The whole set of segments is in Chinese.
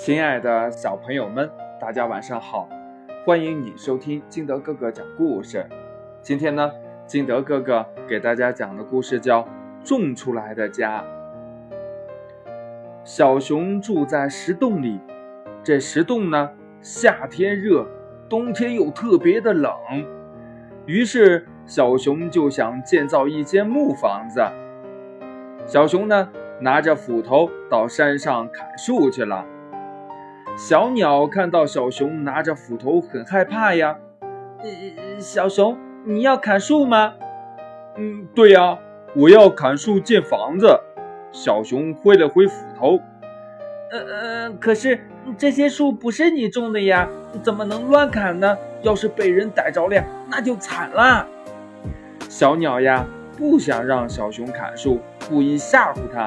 亲爱的小朋友们，大家晚上好，欢迎你收听金德哥哥讲故事。今天呢，金德哥哥给大家讲的故事叫《种出来的家》。小熊住在石洞里，这石洞呢，夏天热，冬天又特别的冷，于是小熊就想建造一间木房子。小熊呢，拿着斧头到山上砍树去了。小鸟看到小熊拿着斧头很害怕呀。 小熊，你要砍树吗？ 对呀，我要砍树建房子。小熊挥了挥斧头。 可是这些树不是你种的呀，怎么能乱砍呢？要是被人逮着了，那就惨了。 小鸟呀，不想让小熊砍树，故意吓唬他。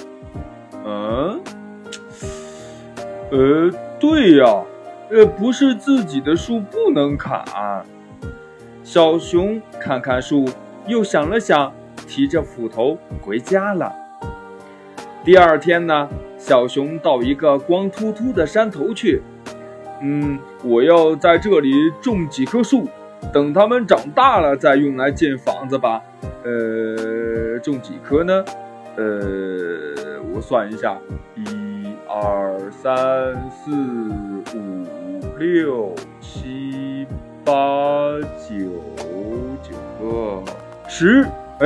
对呀，不是自己的树不能砍。小熊看看树，又想了想，提着斧头回家了。第二天呢，小熊到一个光秃秃的山头去。我要在这里种几棵树，等它们长大了再用来建房子吧。种几棵呢？我算一下，1、2、3、4、5、6、7、8、9个，10。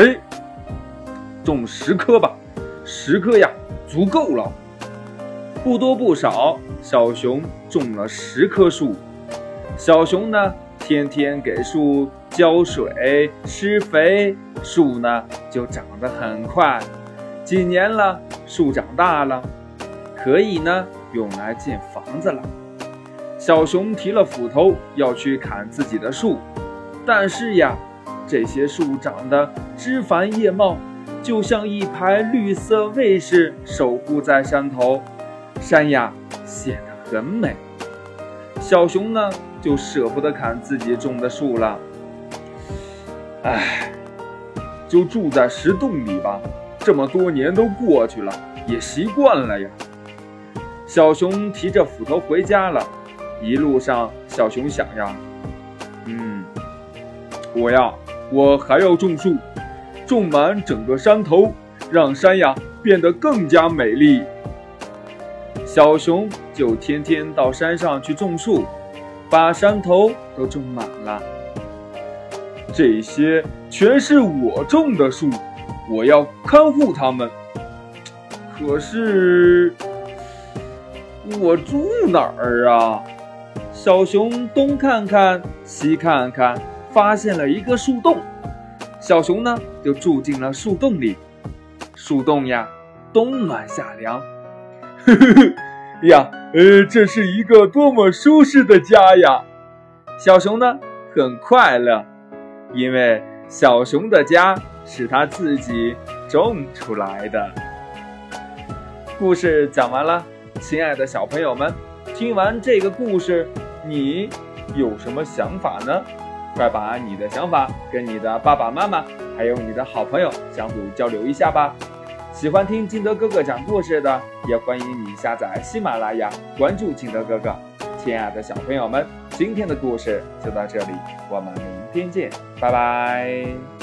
种10棵吧，10棵呀，足够了。不多不少，小熊种了10棵树。小熊呢，天天给树浇水、施肥，树呢就长得很快。几年了，树长大了，可以呢用来建房子了。小熊提了斧头要去砍自己的树，但是呀，这些树长得枝繁叶茂，就像一排绿色卫士守护在山头，山呀显得很美。小熊呢就舍不得砍自己种的树了。就住在石洞里吧，这么多年都过去了，也习惯了呀。小熊提着斧头回家了。一路上，小熊想呀，我还要种树，种满整个山头，让山呀变得更加美丽。小熊就天天到山上去种树，把山头都种满了。这些全是我种的树，我要看护它们。可是我住哪儿啊？小熊东看看西看看，发现了一个树洞。小熊呢就住进了树洞里。树洞呀，冬暖夏凉。这是一个多么舒适的家呀！小熊呢很快乐，因为小熊的家是他自己种出来的。故事讲完了，亲爱的小朋友们，听完这个故事，你有什么想法呢？快把你的想法跟你的爸爸妈妈还有你的好朋友相互交流一下吧。喜欢听金德哥哥讲故事的，也欢迎你下载喜马拉雅，关注金德哥哥。亲爱的小朋友们，今天的故事就到这里，我们明天见，拜拜。